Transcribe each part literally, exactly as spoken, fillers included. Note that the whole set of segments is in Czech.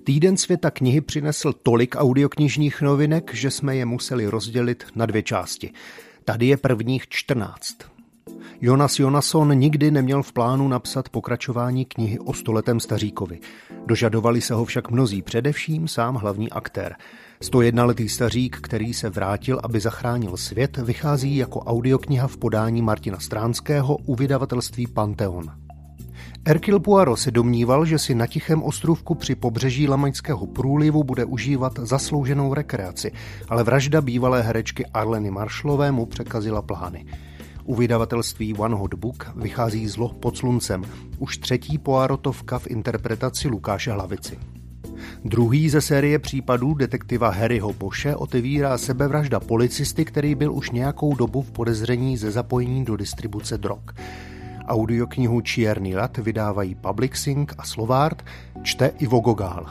Týden světa knihy přinesl tolik audioknižních novinek, že jsme je museli rozdělit na dvě části. Tady je prvních čtrnáct. Jonas Jonasson nikdy neměl v plánu napsat pokračování knihy o stoletém staříkovi. Dožadovali se ho však mnozí, především sám hlavní aktér. stojednoletý stařík, který se vrátil, aby zachránil svět, vychází jako audiokniha v podání Martina Stránského u vydavatelství Pantheon. Hercule Poirot se domníval, že si na tichém ostrůvku při pobřeží Lamaňského průlivu bude užívat zaslouženou rekreaci, ale vražda bývalé herečky Arleny Marshallové mu překazila plány. U vydavatelství One Hot Book vychází Zlo pod sluncem, už třetí Poirotovka v interpretaci Lukáše Hlavici. Druhý ze série případů detektiva Harryho Bosche otevírá sebevražda policisty, který byl už nějakou dobu v podezření ze zapojení do distribuce drog. Audioknihu Čierný rad vydávají Publixing a Slovart, čte Ivo Gogál.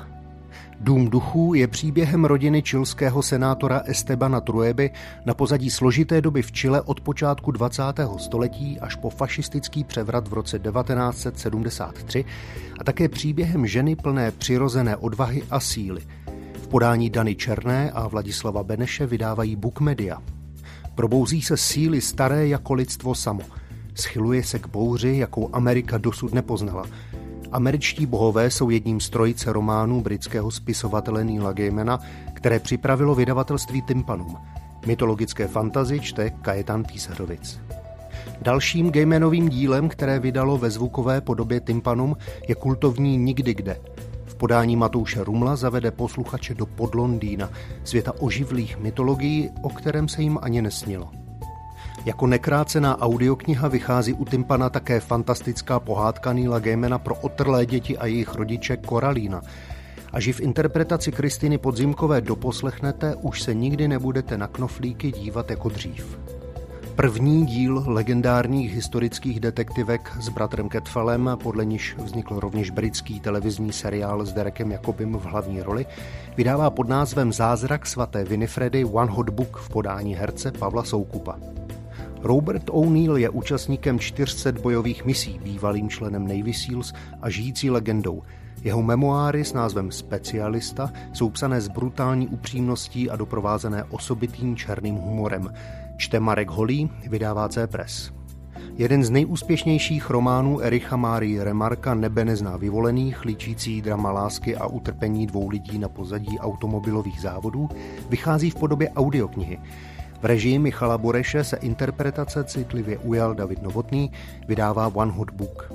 Dům duchů je příběhem rodiny chilského senátora Estebana Trueby na pozadí složité doby v Chile od počátku dvacátého století až po fašistický převrat v roce devatenáct set sedmdesát tři a také příběhem ženy plné přirozené odvahy a síly. V podání Dany Černé a Vladislava Beneše vydávají Book Media. Probouzí se síly staré jako lidstvo samo. Schyluje se k bouři, jakou Amerika dosud nepoznala. Američtí bohové jsou jedním z trojice románů britského spisovatele Neila Gaimana, které připravilo vydavatelství Tympanum. Mytologické fantasy čte Kajetan Písařovic. Dalším Gaimanovým dílem, které vydalo ve zvukové podobě Tympanum, je kultovní Nikdy kde. V podání Matouše Rumla zavede posluchače do Podlondýna, světa oživlých mytologií, o kterém se jim ani nesnilo. Jako nekrácená audiokniha vychází u Tympana také fantastická pohádka Neila Gaimana pro otrlé děti a jejich rodiče Koralína. Až ji v interpretaci Kristiny Podzimkové doposlechnete, už se nikdy nebudete na knoflíky dívat jako dřív. První díl legendárních historických detektivek s bratrem Cadfellem, podle níž vznikl rovněž britský televizní seriál s Derekem Jacobem v hlavní roli, vydává pod názvem Zázrak svaté Winifredy One Hot Book v podání herce Pavla Soukupa. Robert O'Neill je účastníkem čtyř set bojových misí, bývalým členem Navy Seals a žijící legendou. Jeho memoáry s názvem Specialista jsou psané s brutální upřímností a doprovázené osobitým černým humorem. Čte Marek Holý, vydává C-Press. Jeden z nejúspěšnějších románů Ericha Márii Remarka Nebe nezná vyvolených, líčící drama lásky a utrpení dvou lidí na pozadí automobilových závodů, vychází v podobě audioknihy. V režii Michala Bureše se interpretace citlivě ujal David Novotný, vydává One Hot Book.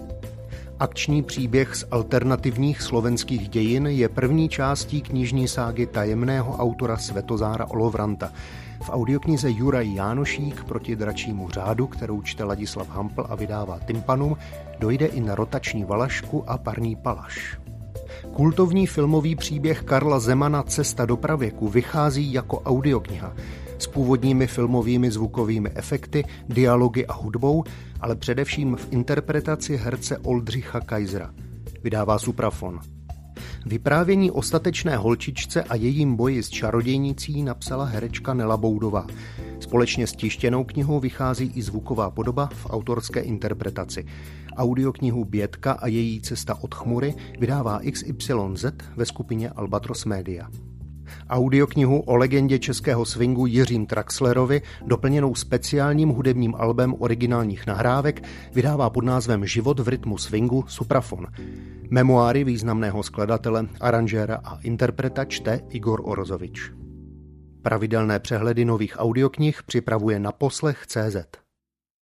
Akční příběh z alternativních slovenských dějin je první částí knižní ságy tajemného autora Svetozára Olovranta. V audioknize Juraj Jánošík proti dračímu řádu, kterou čte Ladislav Hampl a vydává Tympanum, dojde i na rotační valašku a parní palaš. Kultovní filmový příběh Karla Zemana Cesta do pravěku vychází jako audiokniha s původními filmovými zvukovými efekty, dialogy a hudbou, ale především v interpretaci herce Oldřicha Kaisera. Vydává Suprafon. Vyprávění o statečné holčičce a jejím boji s čarodějnicí napsala herečka Nela Boudová. Společně s tištěnou knihou vychází i zvuková podoba v autorské interpretaci. Audioknihu Bětka a její cesta od chmury vydává X Y Z ve skupině Albatros Media. Audioknihu o legendě českého swingu Jiřím Traxlerovi, doplněnou speciálním hudebním albem originálních nahrávek, vydává pod názvem Život v rytmu swingu Suprafon. Memoáry významného skladatele, aranžéra a interpreta čte Igor Orozovič. Pravidelné přehledy nových audioknih připravuje Naposlech tečka cé zet.